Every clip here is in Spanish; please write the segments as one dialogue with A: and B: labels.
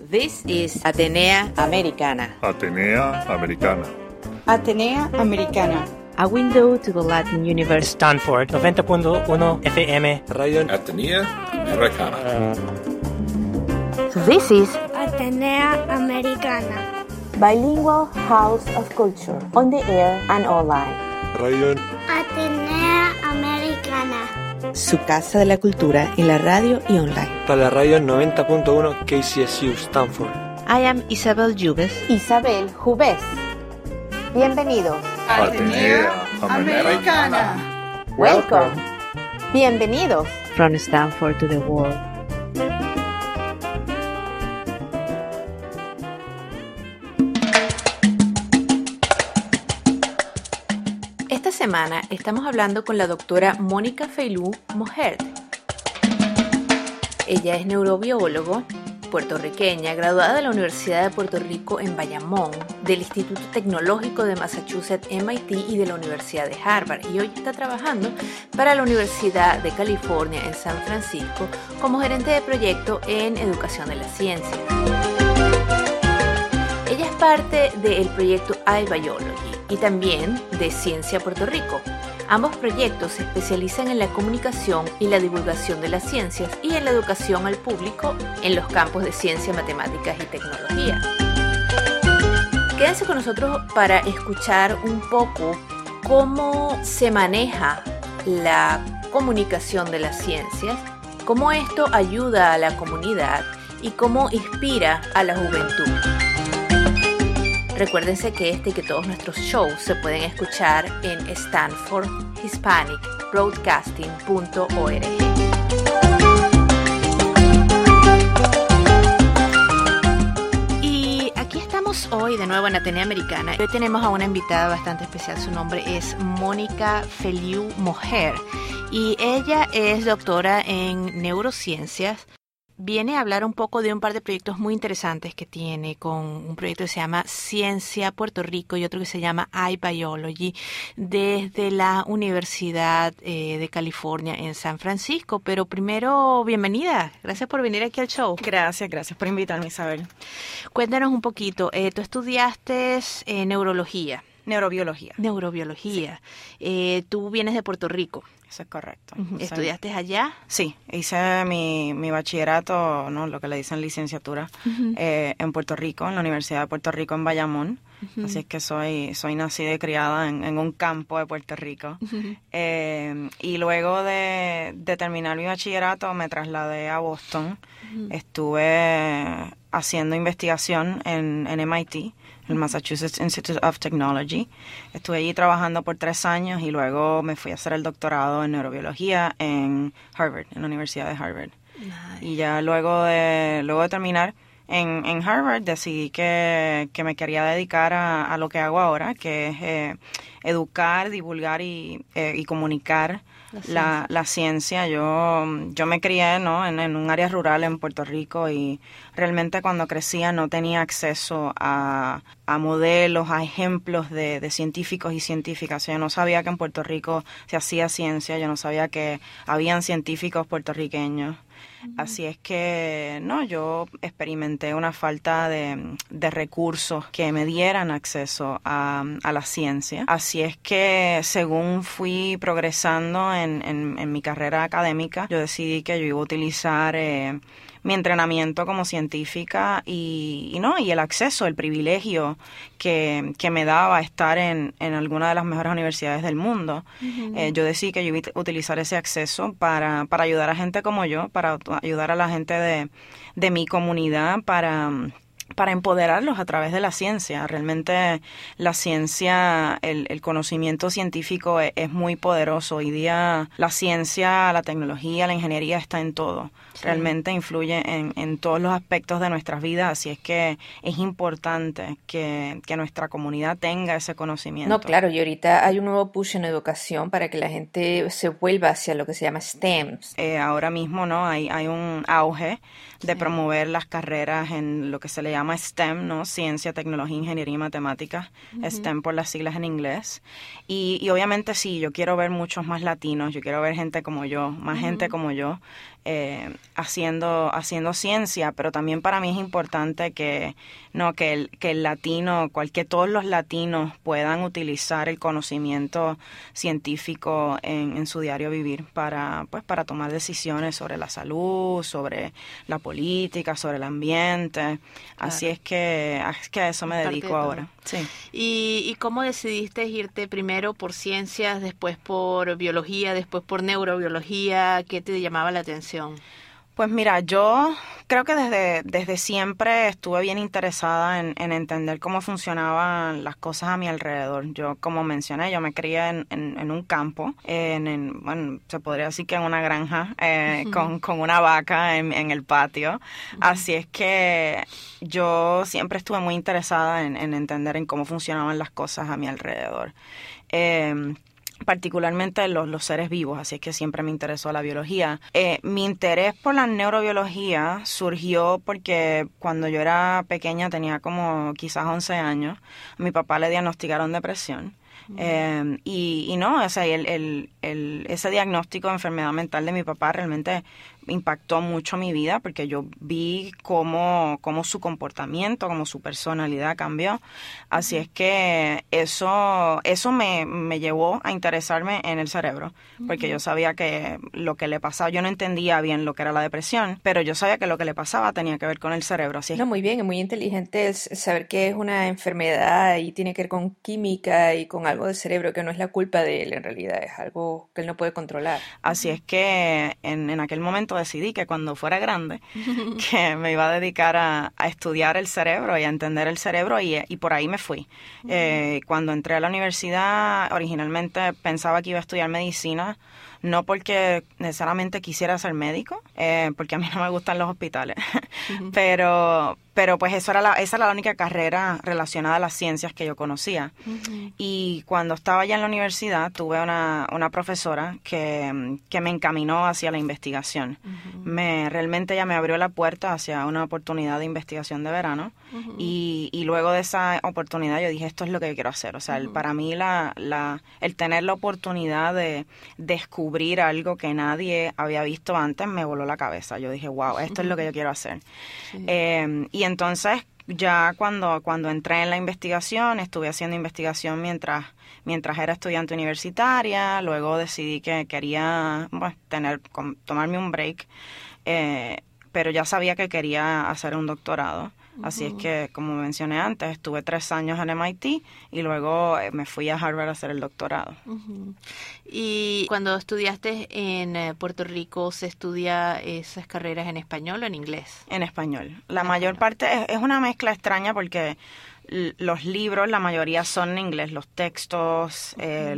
A: This is Atenea Americana.
B: Atenea Americana.
C: Atenea Americana.
A: A window to the Latin universe.
D: Stanford 90.1 FM.
B: Radio Atenea Americana.
A: This is
E: Atenea Americana.
F: Bilingual House of Culture, on the air and online.
B: Radio
E: Atenea Americana.
A: su casa de la cultura en la radio y online.
G: Para la radio 90.1 KCSU Stanford.
A: I am Isabel Jubes.
F: Isabel Jubes. Bienvenidos.
B: Atenea Americana.
F: Welcome. Bienvenidos.
A: From Stanford to the world. Esta semana estamos hablando con la doctora Mónica Feilú Mohert. Ella es neurobiólogo puertorriqueña, graduada de la Universidad de Puerto Rico en Bayamón, del Instituto Tecnológico de Massachusetts MIT y de la Universidad de Harvard, y hoy está trabajando para la Universidad de California en San Francisco como gerente de proyecto en educación de la ciencia. Ella es parte del proyecto iBiology y también de Ciencia Puerto Rico. Ambos proyectos se especializan en la comunicación y la divulgación de las ciencias y en la educación al público en los campos de ciencia, matemáticas y tecnología. Quédense con nosotros para escuchar un poco cómo se maneja la comunicación de las ciencias, cómo esto ayuda a la comunidad y cómo inspira a la juventud. Recuérdense que este y que todos nuestros shows se pueden escuchar en stanfordhispanicbroadcasting.org. Y aquí estamos hoy de nuevo en Atenea Americana. Hoy tenemos a una invitada bastante especial. Su nombre es Mónica Feilú Mohert y ella es doctora en neurociencias. Viene a hablar un poco de un par de proyectos muy interesantes que tiene, con un proyecto que se llama Ciencia Puerto Rico y otro que se llama iBiology desde la Universidad de California en San Francisco. Pero primero, bienvenida. Gracias por venir aquí al show.
C: Gracias por invitarme, Isabel.
A: Cuéntanos un poquito. Tú estudiaste neurología.
C: Neurobiología.
A: Neurobiología. Sí. Tú vienes de Puerto Rico.
C: Eso es correcto.
A: ¿Estudiaste allá?
C: Sí, hice mi bachillerato, ¿no? Lo que le dicen licenciatura, en Puerto Rico, en la Universidad de Puerto Rico en Bayamón. Así es que soy nacida y criada en un campo de Puerto Rico. Y luego de terminar mi bachillerato me trasladé a Boston. Estuve haciendo investigación en MIT, el Massachusetts Institute of Technology. Estuve allí trabajando por 3 años y luego me fui a hacer el doctorado en neurobiología en Harvard, en la Universidad de Harvard. Nice. Y ya luego de terminar en Harvard decidí que me quería dedicar a lo que hago ahora, que es educar, divulgar y comunicar la ciencia. Yo me crié, ¿no? en un área rural en Puerto Rico y realmente cuando crecía no tenía acceso a modelos, a ejemplos de científicos y científicas. O sea, yo no sabía que en Puerto Rico se hacía ciencia, yo no sabía que habían científicos puertorriqueños. Así es que, no, yo experimenté una falta de recursos que me dieran acceso a la ciencia. Así es que, según fui progresando en mi carrera académica, yo decidí que yo iba a utilizar mi entrenamiento como científica y el acceso, el privilegio que me daba estar en alguna de las mejores universidades del mundo. Yo decidí que yo iba a utilizar ese acceso para ayudar a gente como yo, para ayudar a la gente de mi comunidad, para empoderarlos a través de la ciencia. Realmente la ciencia, el conocimiento científico es muy poderoso. Hoy día la ciencia, la tecnología, la ingeniería está en todo. Sí. Realmente influye en todos los aspectos de nuestras vidas, así es que es importante que nuestra comunidad tenga ese conocimiento.
A: No, claro, y ahorita hay un nuevo push en educación para que la gente se vuelva hacia lo que se llama STEM.
C: Ahora mismo, ¿no? Hay un auge de promover las carreras en lo que se le llama STEM, ¿no? Ciencia, Tecnología, Ingeniería y Matemáticas, STEM por las siglas en inglés. Y obviamente sí, yo quiero ver muchos más latinos, yo quiero ver gente como yo, más gente como yo, haciendo ciencia, pero también para mí es importante que el latino, todos los latinos puedan utilizar el conocimiento científico en su diario vivir para tomar decisiones sobre la salud, sobre la política, sobre el ambiente. Claro. Así es que a eso me dedico ahora. Sí.
A: ¿Y cómo decidiste irte primero por ciencias, después por biología, después por neurobiología? ¿Qué te llamaba la atención?
C: Pues mira, yo creo que desde siempre estuve bien interesada en entender cómo funcionaban las cosas a mi alrededor. Yo, como mencioné, yo me crié en un campo, bueno, se podría decir que en una granja, con una vaca en el patio. Así es que yo siempre estuve muy interesada en entender en cómo funcionaban las cosas a mi alrededor. Particularmente los seres vivos, así es que siempre me interesó la biología. Mi interés por la neurobiología surgió porque cuando yo era pequeña, tenía como quizás 11 años, a mi papá le diagnosticaron depresión. Y no, o sea, ese diagnóstico de enfermedad mental de mi papá realmente impactó mucho mi vida porque yo vi cómo su comportamiento, cómo su personalidad cambió. Así es que eso me llevó a interesarme en el cerebro, porque yo sabía que lo que le pasaba, yo no entendía bien lo que era la depresión, pero yo sabía que lo que le pasaba tenía que ver con el cerebro. Así es.
H: No, muy bien, es muy inteligente saber que es una enfermedad y tiene que ver con química y con algo del cerebro que no es la culpa de él, en realidad es algo que él no puede controlar.
C: Así es que en aquel momento decidí que cuando fuera grande que me iba a dedicar a estudiar el cerebro y a entender el cerebro y por ahí me fui. Cuando entré a la universidad originalmente pensaba que iba a estudiar medicina, no porque necesariamente quisiera ser médico, porque a mí no me gustan los hospitales, pero pues esa era la única carrera relacionada a las ciencias que yo conocía. Y cuando estaba ya en la universidad tuve una profesora que me encaminó hacia la investigación. Realmente ella me abrió la puerta hacia una oportunidad de investigación de verano y luego de esa oportunidad yo dije, esto es lo que yo quiero hacer. O sea, para mí el tener la oportunidad de descubrir algo que nadie había visto antes me voló la cabeza. Yo dije, wow, esto es lo que yo quiero hacer. Sí. Y entonces ya cuando entré en la investigación, estuve haciendo investigación mientras era estudiante universitaria, luego decidí que quería tomarme un break, pero ya sabía que quería hacer un doctorado. Así es que, como mencioné antes, estuve 3 años en MIT y luego me fui a Harvard a hacer el doctorado.
A: Y cuando estudiaste en Puerto Rico, ¿se estudia esas carreras en español o en inglés?
C: En español. La mayor parte es una mezcla extraña los libros, la mayoría son en inglés, los textos,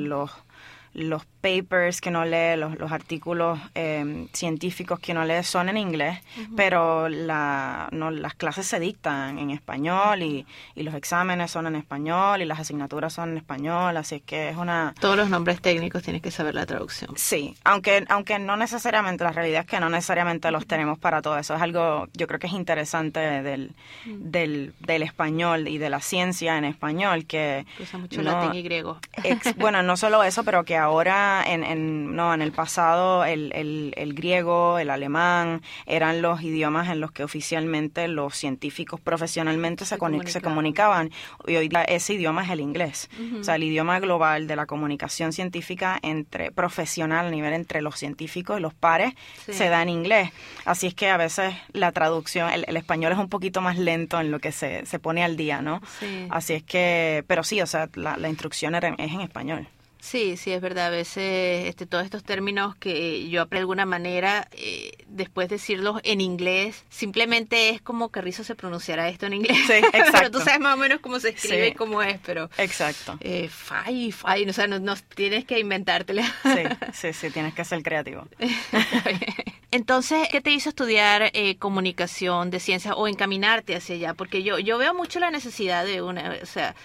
C: los papers que uno lee, los artículos científicos que uno lee son en inglés, pero las clases se dictan en español y los exámenes son en español y las asignaturas son en español, así es que es una...
A: Todos los nombres técnicos tienes que saber la traducción.
C: Sí, aunque no necesariamente, la realidad es que no necesariamente los tenemos para todo eso, es algo, yo creo que es interesante del español y de la ciencia en español, que...
A: Usa mucho latín y griego.
C: Bueno, no solo eso, pero que ahora en el pasado el griego, el alemán eran los idiomas en los que oficialmente los científicos profesionalmente se comunicaban, y hoy día ese idioma es el inglés. O sea, el idioma global de la comunicación científica profesional a nivel entre los científicos y los pares se da en inglés. Así es que a veces la traducción, el español es un poquito más lento en lo que se pone al día, ¿no? Sí. Así es que, pero sí, o sea, la instrucción es en español.
A: Sí, es verdad. A veces todos estos términos que yo de alguna manera, después de decirlos en inglés, simplemente es como Carrizo se pronunciará esto en inglés. Sí, exacto. Pero tú sabes más o menos cómo se escribe y cómo es, pero...
C: Exacto.
A: O sea, no tienes que inventártela.
C: Sí, tienes que ser creativo.
A: Entonces, ¿qué te hizo estudiar comunicación de ciencias o encaminarte hacia allá? Porque yo veo mucho la necesidad de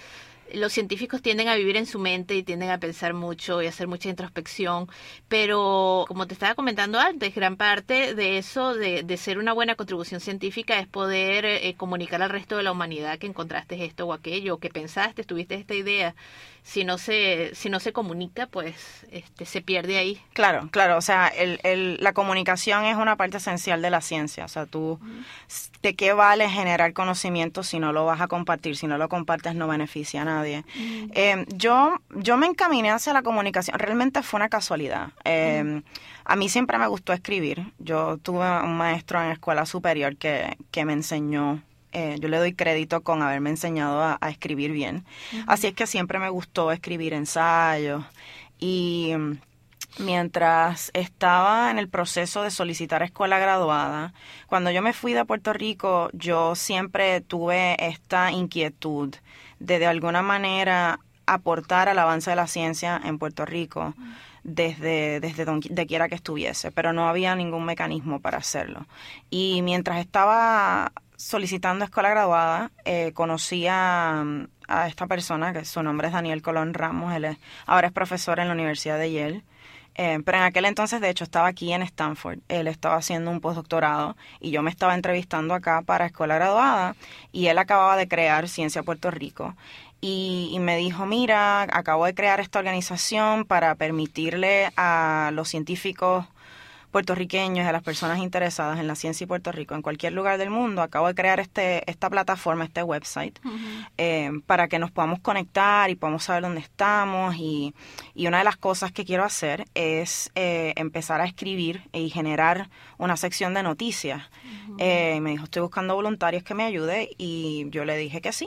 A: los científicos tienden a vivir en su mente y tienden a pensar mucho y hacer mucha introspección, pero como te estaba comentando antes, gran parte de eso, de ser una buena contribución científica, es poder comunicar al resto de la humanidad que encontraste esto o aquello, que pensaste, tuviste esta idea. Si no se comunica, pues se pierde ahí.
C: Claro, o sea, la comunicación es una parte esencial de la ciencia. O sea, ¿de qué vale generar conocimiento si no lo vas a compartir? Si no lo compartes, no beneficia a nadie. Yo me encaminé hacia la comunicación. Realmente fue una casualidad. A mí siempre me gustó escribir. Yo tuve un maestro en escuela superior que me enseñó. Yo le doy crédito con haberme enseñado a escribir bien. Así es que siempre me gustó escribir ensayos. Y mientras estaba en el proceso de solicitar escuela graduada, cuando yo me fui de Puerto Rico, yo siempre tuve esta inquietud de alguna manera aportar al avance de la ciencia en Puerto Rico desde donde quiera que estuviese, pero no había ningún mecanismo para hacerlo. Y mientras estaba solicitando escuela graduada, conocí a esta persona, que su nombre es Daniel Colón Ramos. Él ahora es profesor en la Universidad de Yale, pero en aquel entonces, de hecho, estaba aquí en Stanford. Él estaba haciendo un postdoctorado y yo me estaba entrevistando acá para escuela graduada, y él acababa de crear Ciencia Puerto Rico. Y me dijo, mira, acabo de crear esta organización para permitirle a los científicos puertorriqueños, a las personas interesadas en la ciencia y Puerto Rico, en cualquier lugar del mundo, acabo de crear esta plataforma, este website, para que nos podamos conectar y podamos saber dónde estamos. Y una de las cosas que quiero hacer es empezar a escribir y generar una sección de noticias. Me dijo, estoy buscando voluntarios que me ayuden, y yo le dije que sí.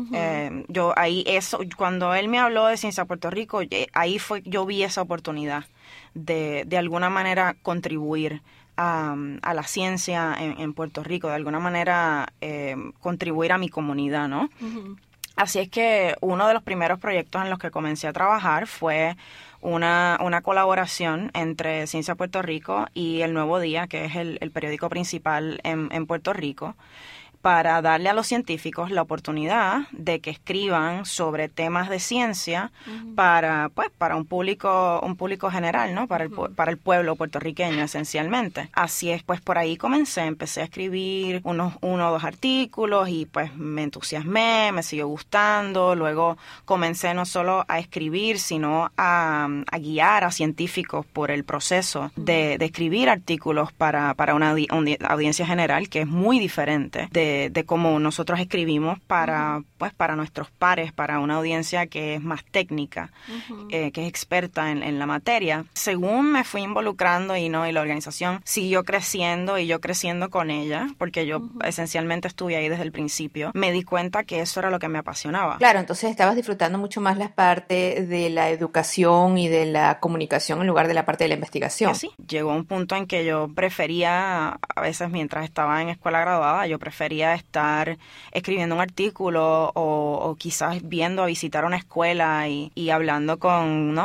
C: Cuando él me habló de Ciencia Puerto Rico, yo vi esa oportunidad de alguna manera contribuir a la ciencia en Puerto Rico, de alguna manera contribuir a mi comunidad, ¿no? Así es que uno de los primeros proyectos en los que comencé a trabajar fue una colaboración entre Ciencia Puerto Rico y El Nuevo Día, que es el periódico principal en Puerto Rico, para darle a los científicos la oportunidad de que escriban sobre temas de ciencia para un público general, ¿no? Para el pueblo puertorriqueño, esencialmente. Así es, pues por ahí empecé a escribir uno o dos artículos, y pues me entusiasmé, me siguió gustando. Luego comencé no solo a escribir, sino a guiar a científicos por el proceso de escribir artículos para una audiencia general, que es muy diferente de cómo nosotros escribimos para nuestros pares, para una audiencia que es más técnica, que es experta en la materia. Según me fui involucrando y la organización siguió creciendo, y yo creciendo con ella, porque yo esencialmente estuve ahí desde el principio, me di cuenta que eso era lo que me apasionaba.
H: Claro, entonces estabas disfrutando mucho más la parte de la educación y de la comunicación en lugar de la parte de la investigación.
C: Sí, llegó un punto en que yo prefería, a veces mientras estaba en escuela graduada, yo prefería estar escribiendo un artículo o quizás viendo a visitar una escuela y hablando con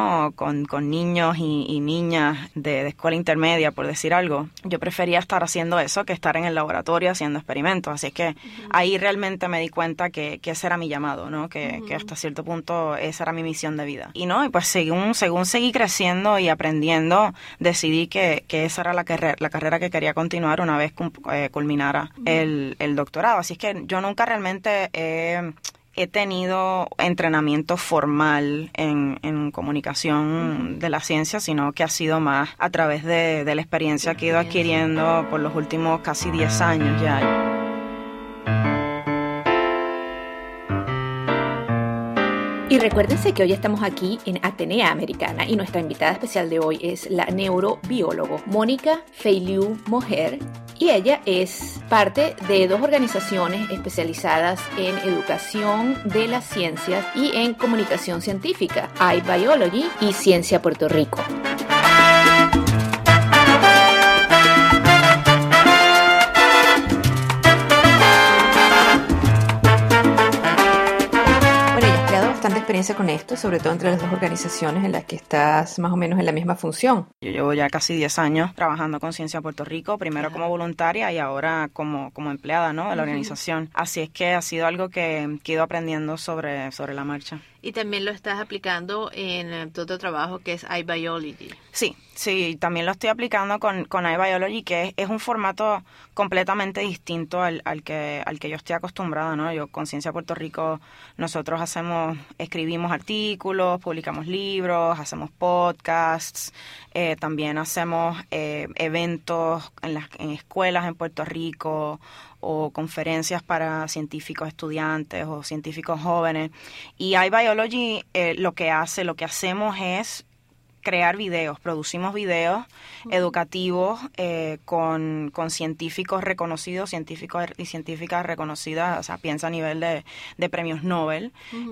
C: niños y niñas de escuela intermedia, por decir algo. Yo prefería estar haciendo eso que estar en el laboratorio haciendo experimentos. Así es que ahí realmente me di cuenta que ese era mi llamado, ¿no? Que hasta cierto punto esa era mi misión de vida. Y pues según seguí creciendo y aprendiendo, decidí que esa era la carrera que quería continuar una vez culminara el doctorado. Así es que yo nunca realmente he tenido entrenamiento formal en comunicación de la ciencia, sino que ha sido más a través de la experiencia que he ido adquiriendo por los últimos casi 10 años ya.
A: Y recuérdense que hoy estamos aquí en Atenea Americana, y nuestra invitada especial de hoy es la neurobiólogo Mónica Feiliu Moher, y ella es parte de dos organizaciones especializadas en educación de las ciencias y en comunicación científica, iBiology y Ciencia Puerto Rico.
H: experiencia con esto, sobre todo entre las dos organizaciones en las que estás más o menos en la misma función?
C: Yo llevo ya casi 10 años trabajando con Ciencia Puerto Rico, primero como voluntaria y ahora como empleada, ¿no?, de la organización. Así es que ha sido algo que he ido aprendiendo sobre la marcha.
A: Y también lo estás aplicando en tu otro trabajo que es iBiology.
C: Sí, también lo estoy aplicando con iBiology, que es un formato completamente distinto al que yo estoy acostumbrada, ¿no? Yo con Ciencia Puerto Rico nosotros escribimos artículos, publicamos libros, hacemos podcasts, también hacemos eventos en escuelas en Puerto Rico o conferencias para científicos estudiantes o científicos jóvenes. Y iBiology lo que hacemos es crear videos, producimos videos educativos con científicos reconocidos, científicos y científicas reconocidas, o sea, piensa a nivel de premios Nobel.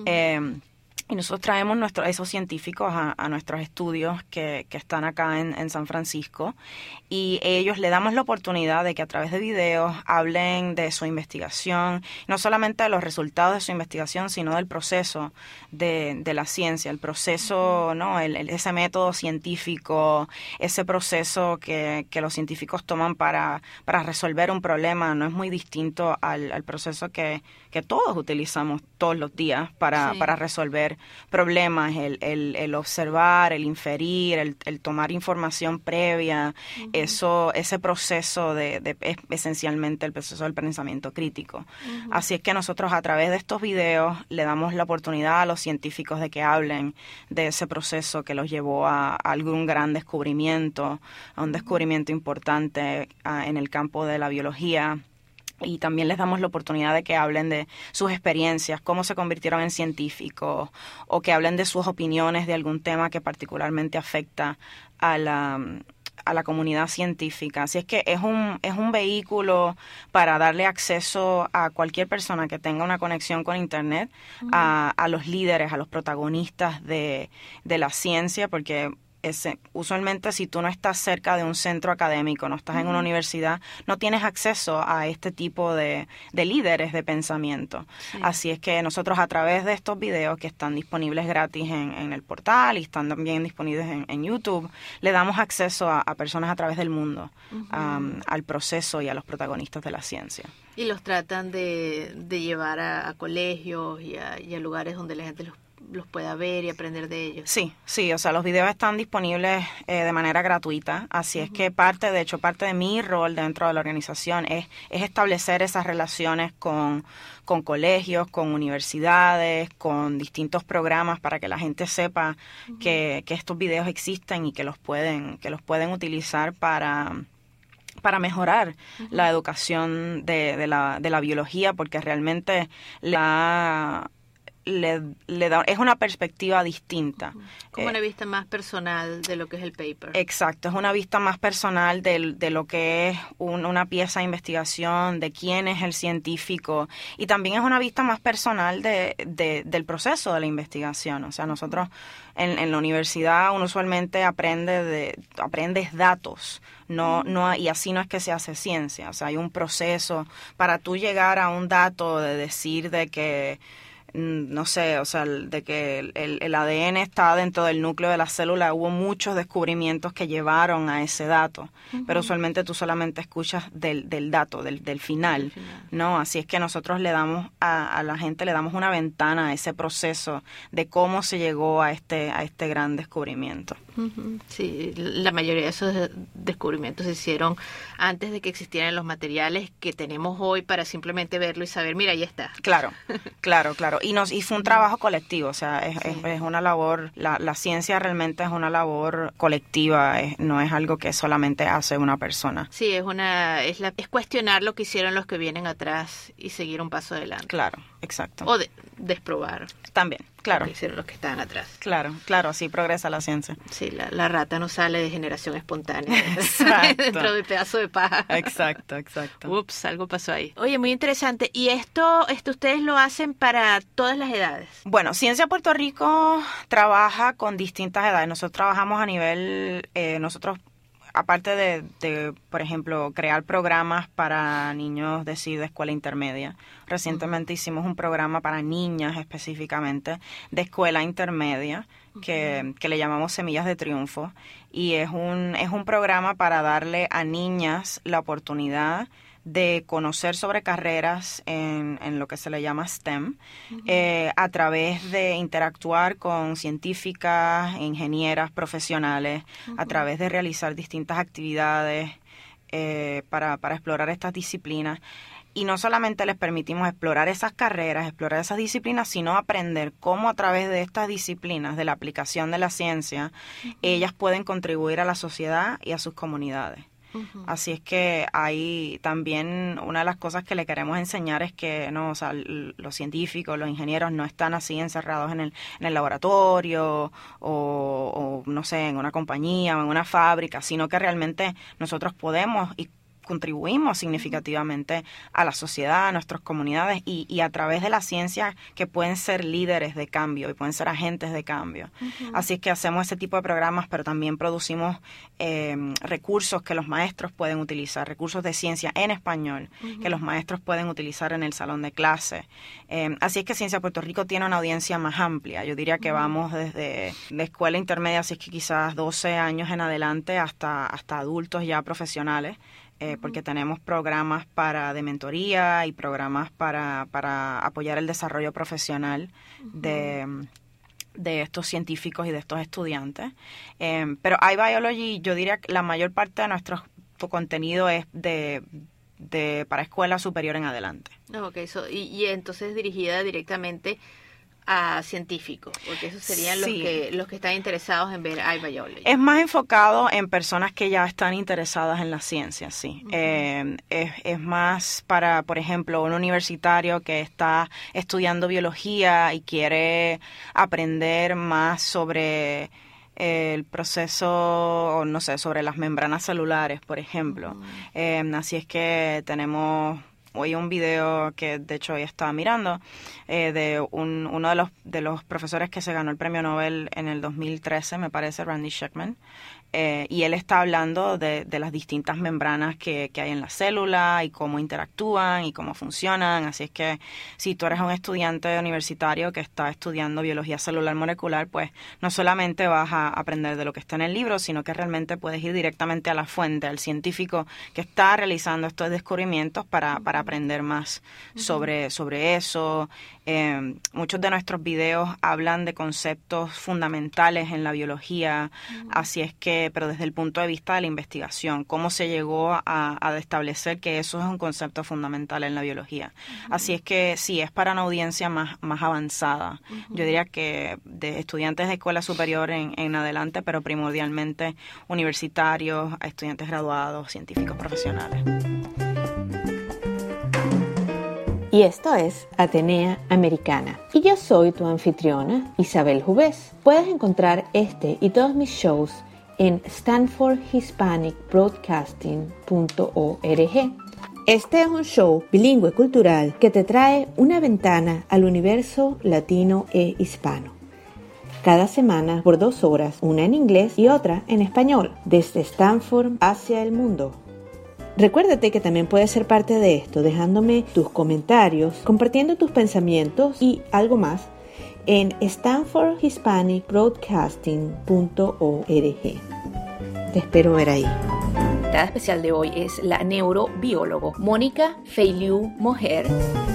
C: Y nosotros traemos esos científicos a nuestros estudios que están acá en San Francisco, y ellos le damos la oportunidad de que a través de videos hablen de su investigación, no solamente de los resultados de su investigación, sino del proceso de la ciencia, el proceso, ¿no? Ese método científico, ese proceso que los científicos toman para resolver un problema. No es muy distinto al proceso que todos utilizamos todos los días para resolver problemas, el observar, el inferir, el tomar información previa. Ese proceso es esencialmente el proceso del pensamiento crítico. Así es que nosotros a través de estos videos le damos la oportunidad a los científicos de que hablen de ese proceso que los llevó a algún gran descubrimiento, a un descubrimiento importante en el campo de la biología. Y también les damos la oportunidad de que hablen de sus experiencias, cómo se convirtieron en científicos, o que hablen de sus opiniones de algún tema que particularmente afecta a la comunidad científica. Así es que es un vehículo para darle acceso a cualquier persona que tenga una conexión con Internet, a los líderes, a los protagonistas de la ciencia, porque usualmente si tú no estás cerca de un centro académico, no estás en una universidad, no tienes acceso a este tipo de líderes de pensamiento. Sí. Así es que nosotros a través de estos videos que están disponibles gratis en el portal y están también disponibles en YouTube, le damos acceso a personas a través del mundo, al proceso y a los protagonistas de la ciencia.
A: Y los tratan de llevar a colegios y a lugares donde la gente los pueda ver y aprender de ellos. Sí, o sea, los videos están disponibles de manera gratuita, así es que parte de mi rol dentro de la organización es establecer esas relaciones con colegios, con universidades, con distintos programas para que la gente sepa que estos videos existen y que los pueden utilizar para mejorar la educación de la biología, porque realmente es una perspectiva distinta. Como una vista más personal de lo que es el paper.
C: Exacto, es una vista más personal de lo que es una pieza de investigación, de quién es el científico, y también es una vista más personal del proceso de la investigación. O sea, nosotros en la universidad uno usualmente aprendes datos, y así no es que se hace ciencia. O sea, hay un proceso para tú llegar a un dato de decir de que no sé, o sea, de que el ADN está dentro del núcleo de la célula. Hubo muchos descubrimientos que llevaron a ese dato, pero usualmente tú solamente escuchas del dato, del final, ¿no? Así es que nosotros le damos a la gente, le damos una ventana a ese proceso de cómo se llegó a este gran descubrimiento.
A: Sí, la mayoría de esos descubrimientos se hicieron antes de que existieran los materiales que tenemos hoy para simplemente verlo y saber, mira, ahí está. Claro. Y fue un trabajo colectivo, o sea, es una labor, la ciencia realmente es una labor colectiva, no es algo que solamente hace una persona. Sí, es cuestionar lo que hicieron los que vienen atrás y seguir un paso adelante. Claro, exacto. O desprobar. También, claro. Lo que hicieron los que estaban atrás. Claro, así progresa la ciencia. Sí, la rata no sale de generación espontánea dentro del pedazo de paja. Exacto. Ups, algo pasó ahí. Oye, muy interesante. ¿Y esto ustedes lo hacen para todas las edades? Bueno, Ciencia Puerto Rico trabaja con distintas edades. Nosotros trabajamos a nivel,
C: aparte de, por ejemplo, crear programas para niños de escuela intermedia, recientemente hicimos un programa para niñas específicamente de escuela intermedia que le llamamos Semillas de Triunfo, y es un programa para darle a niñas la oportunidad de conocer sobre carreras en lo que se le llama STEM, a través de interactuar con científicas, ingenieras, profesionales, a través de realizar distintas actividades para explorar estas disciplinas. Y no solamente les permitimos explorar esas carreras, explorar esas disciplinas, sino aprender cómo a través de estas disciplinas, de la aplicación de la ciencia, ellas pueden contribuir a la sociedad y a sus comunidades. Así es que ahí también una de las cosas que le queremos enseñar es que los científicos, los ingenieros no están así encerrados en el laboratorio o no sé, en una compañía o en una fábrica, sino que realmente nosotros podemos y contribuimos significativamente a la sociedad, a nuestras comunidades y a través de la ciencia que pueden ser líderes de cambio y pueden ser agentes de cambio. Así es que hacemos ese tipo de programas, pero también producimos recursos que los maestros pueden utilizar, recursos de ciencia en español que los maestros pueden utilizar en el salón de clase. Así es que Ciencia Puerto Rico tiene una audiencia más amplia. Yo diría que vamos desde la escuela intermedia, así es que quizás 12 años en adelante, hasta adultos ya profesionales. Porque tenemos programas de mentoría y programas para apoyar el desarrollo profesional de estos científicos y de estos estudiantes. Pero iBiology, yo diría que la mayor parte de nuestro contenido es para escuela superior en adelante.
A: Okay, y entonces dirigida directamente a científicos, porque esos serían los que están interesados en ver iBiology.
C: Es más enfocado en personas que ya están interesadas en la ciencia, sí. Es más para, por ejemplo, un universitario que está estudiando biología y quiere aprender más sobre el proceso, no sé, sobre las membranas celulares, por ejemplo. Así es que tenemos hoy un video que de hecho hoy estaba mirando de uno de los profesores que se ganó el premio Nobel en el 2013, me parece, Randy Shekman, y él está hablando de las distintas membranas que hay en la célula y cómo interactúan y cómo funcionan. Así es que si tú eres un estudiante universitario que está estudiando biología celular molecular, pues no solamente vas a aprender de lo que está en el libro, sino que realmente puedes ir directamente a la fuente, al científico que está realizando estos descubrimientos para aprender más sobre eso. Muchos de nuestros videos hablan de conceptos fundamentales en la biología, así es que, pero desde el punto de vista de la investigación, cómo se llegó a establecer que eso es un concepto fundamental en la biología. Así es que sí, es para una audiencia más avanzada. Yo diría que de estudiantes de escuela superior en adelante, pero primordialmente universitarios, estudiantes graduados, científicos profesionales.
A: Y esto es Atenea Americana. Y yo soy tu anfitriona, Isabel Jubés. Puedes encontrar este y todos mis shows en stanfordhispanicbroadcasting.org. Este es un show bilingüe cultural que te trae una ventana al universo latino e hispano. Cada semana por 2 horas, una en inglés y otra en español, desde Stanford hacia el mundo. Recuérdate que también puedes ser parte de esto dejándome tus comentarios, compartiendo tus pensamientos y algo más en stanfordhispanicbroadcasting.org. Te espero ver ahí. La invitada especial de hoy es la neurobiólogo Mónica Feiliu Moher.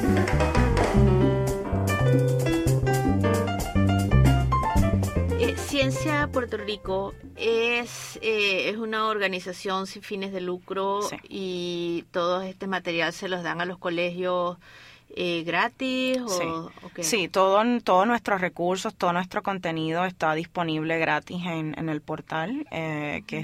A: Ciencia Puerto Rico es una organización sin fines de lucro, sí. Y todo este material se los dan a los colegios gratis.
C: Sí,
A: okay.
C: Sí, todos nuestros recursos, todo nuestro contenido está disponible gratis en el portal, que es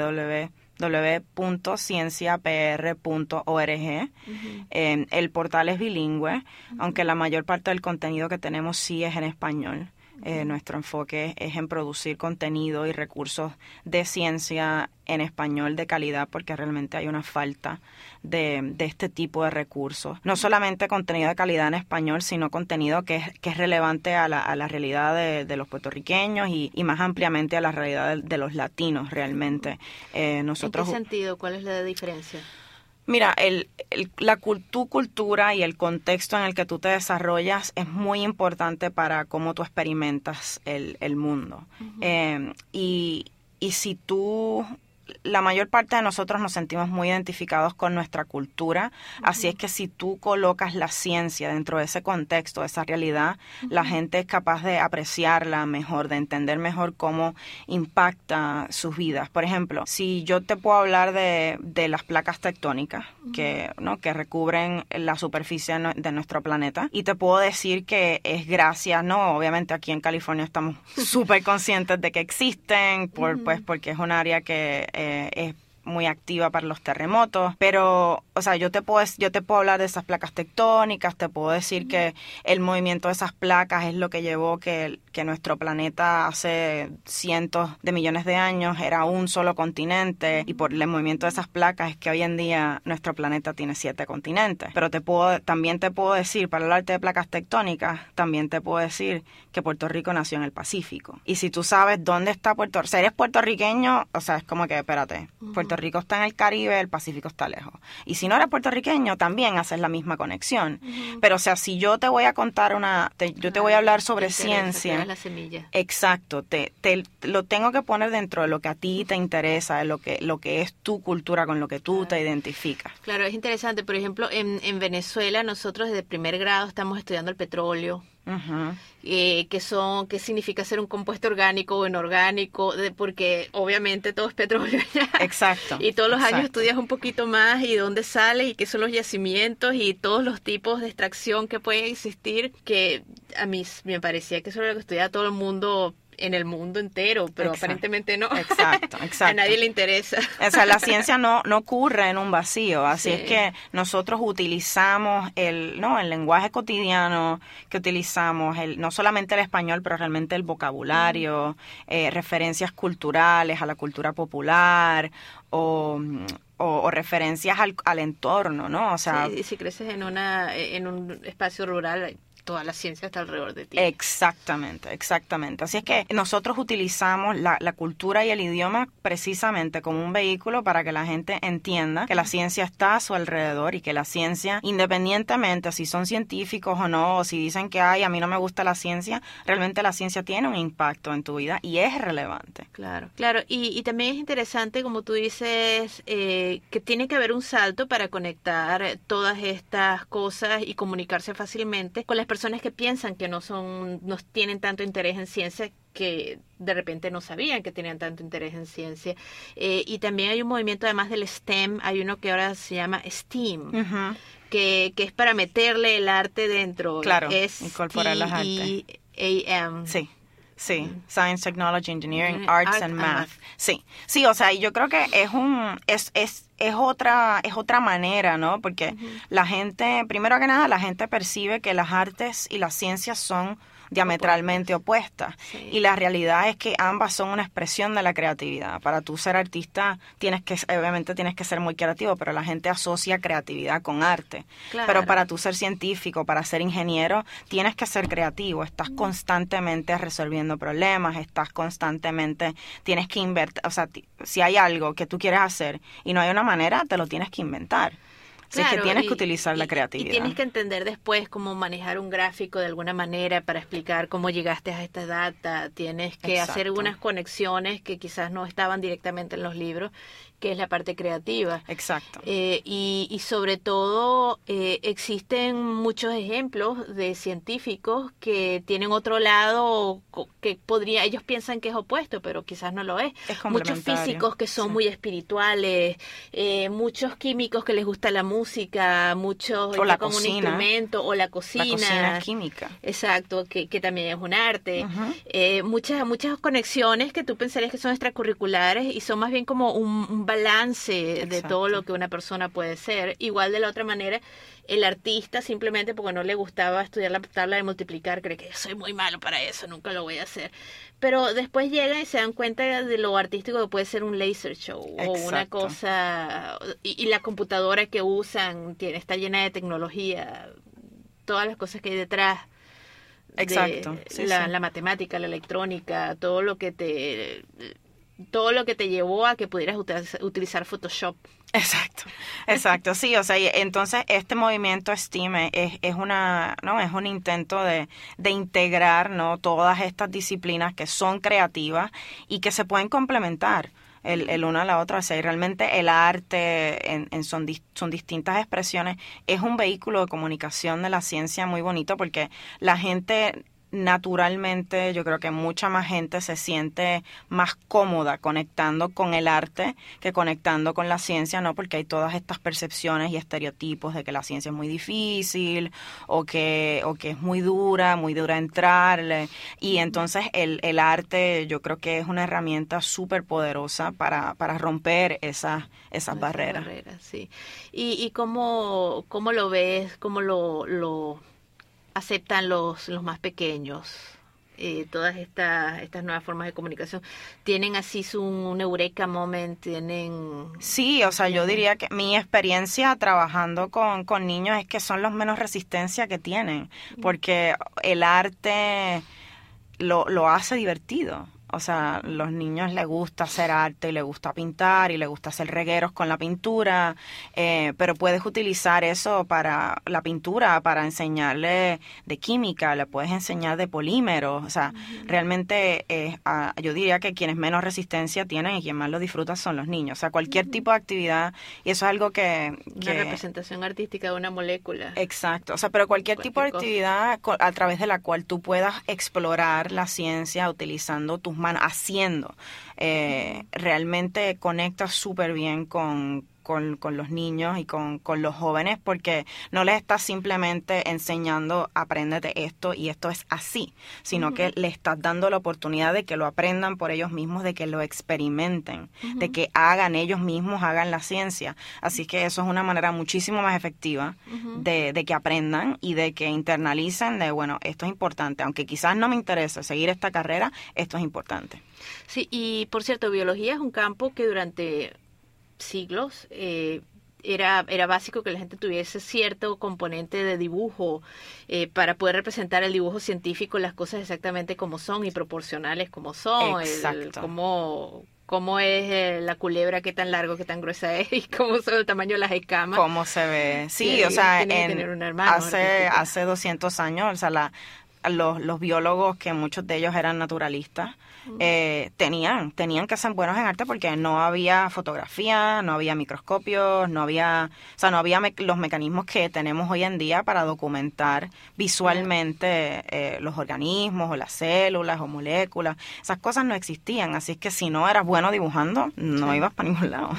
C: www.cienciapr.org. El portal es bilingüe, aunque la mayor parte del contenido que tenemos sí es en español. Nuestro enfoque es en producir contenido y recursos de ciencia en español de calidad, porque realmente hay una falta de este tipo de recursos. No solamente contenido de calidad en español, sino contenido que es relevante a la realidad de los puertorriqueños y más ampliamente a la realidad de los latinos realmente.
A: Nosotros, ¿en qué sentido? ¿Cuál es la diferencia?
C: Mira, tu cultura y el contexto en el que tú te desarrollas es muy importante para cómo tú experimentas el mundo. Uh-huh. Y si tú... La mayor parte de nosotros nos sentimos muy identificados con nuestra cultura, uh-huh. Así es que si tú colocas la ciencia dentro de ese contexto, de esa realidad, uh-huh. La gente es capaz de apreciarla mejor, de entender mejor cómo impacta sus vidas. Por ejemplo, si yo te puedo hablar de las placas tectónicas, uh-huh. que recubren la superficie de nuestro planeta, y te puedo decir que es gracias, obviamente aquí en California estamos súper conscientes de que existen, uh-huh. Porque es un área que es muy activa para los terremotos, pero, o sea, yo te puedo hablar de esas placas tectónicas, te puedo decir que el movimiento de esas placas es lo que llevó que nuestro planeta hace cientos de millones de años era un solo continente, y por el movimiento de esas placas es que hoy en día nuestro planeta tiene 7 continentes. Pero también te puedo decir, para hablarte de placas tectónicas, también te puedo decir que Puerto Rico nació en el Pacífico. Y si tú sabes dónde está Puerto Rico, si eres puertorriqueño, o sea, es como que, espérate, Puerto Rico está en el Caribe, el Pacífico está lejos. Y si no eres puertorriqueño, también haces la misma conexión. Uh-huh. Pero, o sea, si yo te voy a contar yo te voy a hablar sobre ciencia.
A: La semilla.
C: Exacto. Te lo tengo que poner dentro de lo que a ti te interesa, de lo que es tu cultura, con lo que tú te identificas.
A: Claro, es interesante. Por ejemplo, en Venezuela nosotros desde primer grado estamos estudiando el petróleo. Uh-huh. ¿Qué significa ser un compuesto orgánico o inorgánico? Porque obviamente todo es petróleo ya.
C: Exacto.
A: Y todos los años estudias un poquito más y dónde sale y qué son los yacimientos y todos los tipos de extracción que pueden existir, que a mí me parecía que eso era lo que estudiaba todo el mundo en el mundo entero, pero aparentemente no.
C: Exacto.
A: A nadie le interesa.
C: O sea, la ciencia no ocurre en un vacío, así es que nosotros utilizamos el lenguaje cotidiano que utilizamos, no solamente el español, pero realmente el vocabulario, referencias culturales a la cultura popular o referencias al entorno, ¿no? O sea,
A: sí, si creces en un espacio rural, toda la ciencia está alrededor de ti.
C: Exactamente. Así es que nosotros utilizamos la cultura y el idioma precisamente como un vehículo para que la gente entienda que la ciencia está a su alrededor y que la ciencia, independientemente si son científicos o no, o si dicen que a mí no me gusta la ciencia, realmente la ciencia tiene un impacto en tu vida y es relevante.
A: Claro. Y también es interesante, como tú dices, que tiene que haber un salto para conectar todas estas cosas y comunicarse fácilmente con las personas que piensan que no tienen tanto interés en ciencia, que de repente no sabían que tenían tanto interés en ciencia. Y también hay un movimiento, además del STEM, hay uno que ahora se llama STEAM, uh-huh. que es para meterle el arte dentro.
C: Claro, incorporar las artes.
A: STEAM.
C: Sí, Science, Technology, Engineering, Arts and Math. Sí, o sea, y yo creo que es otra manera, ¿no? Porque uh-huh. La gente, primero que nada, la gente percibe que las artes y las ciencias son diametralmente opuestas. Sí. Y la realidad es que ambas son una expresión de la creatividad. Para tú ser artista, obviamente tienes que ser muy creativo, pero la gente asocia creatividad con arte. Claro. Pero para tú ser científico, para ser ingeniero, tienes que ser creativo. Estás constantemente resolviendo problemas, tienes que invertir. O sea, si hay algo que tú quieres hacer y no hay una manera, te lo tienes que inventar. Claro, es que tienes que utilizar la creatividad.
A: Y tienes que entender después cómo manejar un gráfico de alguna manera para explicar cómo llegaste a esta data. Tienes que hacer unas conexiones que quizás no estaban directamente en los libros, que es la parte creativa.
C: Exacto.
A: Y sobre todo existen muchos ejemplos de científicos que tienen otro lado que ellos piensan que es opuesto, pero quizás no lo es.
C: Es
A: muchos físicos que son muy espirituales, muchos químicos que les gusta la música, mucho
C: O la
A: como
C: cocina.
A: un instrumento, o la cocina.
C: La cocina es química.
A: Exacto, que también es un arte. Muchas conexiones que tú pensarías que son extracurriculares y son más bien como un balance de todo lo que una persona puede ser. Igual de la otra manera, el artista simplemente porque no le gustaba estudiar la tabla de multiplicar, cree que soy muy malo para eso, nunca lo voy a hacer. Pero después llegan y se dan cuenta de lo artístico que puede ser un laser show o una cosa, y la computadora que usan está llena de tecnología, todas las cosas que hay detrás.
C: Exacto.
A: La matemática, la electrónica, todo lo que te llevó a que pudieras utilizar Photoshop.
C: Exacto, sí, o sea, entonces este movimiento STEAM es un intento de integrar, ¿no?, todas estas disciplinas que son creativas y que se pueden complementar el una a la otra. O sea, y realmente el arte son distintas expresiones, es un vehículo de comunicación de la ciencia muy bonito porque la gente naturalmente, yo creo que mucha más gente se siente más cómoda conectando con el arte que conectando con la ciencia, ¿no? Porque hay todas estas percepciones y estereotipos de que la ciencia es muy difícil o que es muy dura entrarle. Y entonces el arte yo creo que es una herramienta súper poderosa para romper esas barreras.
A: Sí. ¿Y cómo lo ves? ¿Cómo lo aceptan los más pequeños? Todas estas nuevas formas de comunicación tienen así un eureka moment,
C: Sí, o sea, yo diría que mi experiencia trabajando con niños es que son los menos resistencia que tienen, porque el arte lo hace divertido. O sea, los niños les gusta hacer arte y les gusta pintar y les gusta hacer regueros con la pintura, pero puedes utilizar eso para la pintura, para enseñarle de química, le puedes enseñar de polímeros. O sea, realmente yo diría que quienes menos resistencia tienen y quien más lo disfruta son los niños. O sea, cualquier tipo de actividad, y eso es algo que
A: una representación artística de una molécula.
C: Exacto, o sea, pero cualquier tipo de actividad a través de la cual tú puedas explorar la ciencia utilizando tus manos, haciendo, realmente conecta súper bien con los niños y con los jóvenes, porque no les estás simplemente enseñando apréndete esto y esto es así, sino que le estás dando la oportunidad de que lo aprendan por ellos mismos, de que lo experimenten, de que ellos mismos hagan la ciencia. Así que eso es una manera muchísimo más efectiva de que aprendan y de que internalicen de, bueno, esto es importante, aunque quizás no me interese seguir esta carrera, esto es importante.
A: Sí, y por cierto, biología es un campo que durante siglos era básico que la gente tuviese cierto componente de dibujo para poder representar el dibujo científico, las cosas exactamente como son y proporcionales como son.
C: Exacto.
A: Cómo es la culebra, qué tan largo, qué tan gruesa es y cómo es el tamaño de las escamas.
C: Cómo se ve. Sí, o sea, hace 200 años, o sea, los biólogos, que muchos de ellos eran naturalistas, tenían que ser buenos en arte porque no había fotografía, no había microscopios, no había los mecanismos que tenemos hoy en día para documentar visualmente los organismos o las células o moléculas. Esas cosas no existían, así que si no eras bueno dibujando, no ibas para ningún lado.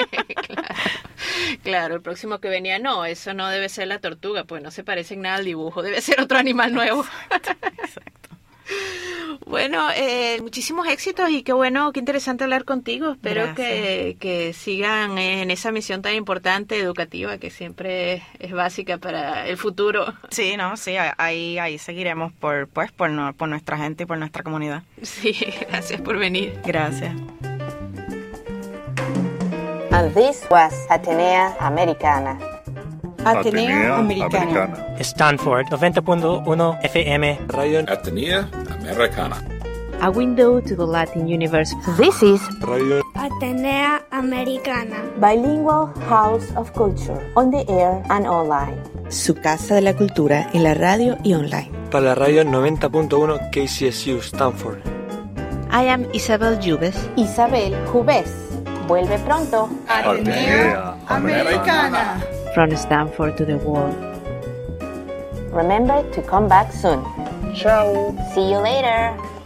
A: Claro, el próximo que venía, no, eso no debe ser la tortuga, pues no se parece en nada al dibujo, debe ser otro animal nuevo.
C: Exacto.
A: Bueno, muchísimos éxitos y qué bueno, qué interesante hablar contigo. Espero que sigan en esa misión tan importante, educativa, que siempre es básica para el futuro.
C: Sí, ahí seguiremos por nuestra gente y por nuestra comunidad.
A: Sí, gracias por venir.
C: Gracias.
F: And this was Atenea Americana.
B: Atenea Americana.
D: Stanford 90.1 FM.
G: Radio
B: Atenea Americana.
A: A window to the Latin universe.
F: This is
B: Radio
E: Atenea Americana.
F: Bilingual House of Culture, on the air and online.
I: Su casa de la cultura en la radio y online.
G: Para la radio 90.1 KCSU Stanford.
A: I am Isabel Jubes.
F: Isabel Jubes. Vuelve pronto.
B: Atenea Americana.
A: From Stanford to the world.
F: Remember to come back soon.
G: Ciao.
F: See you later.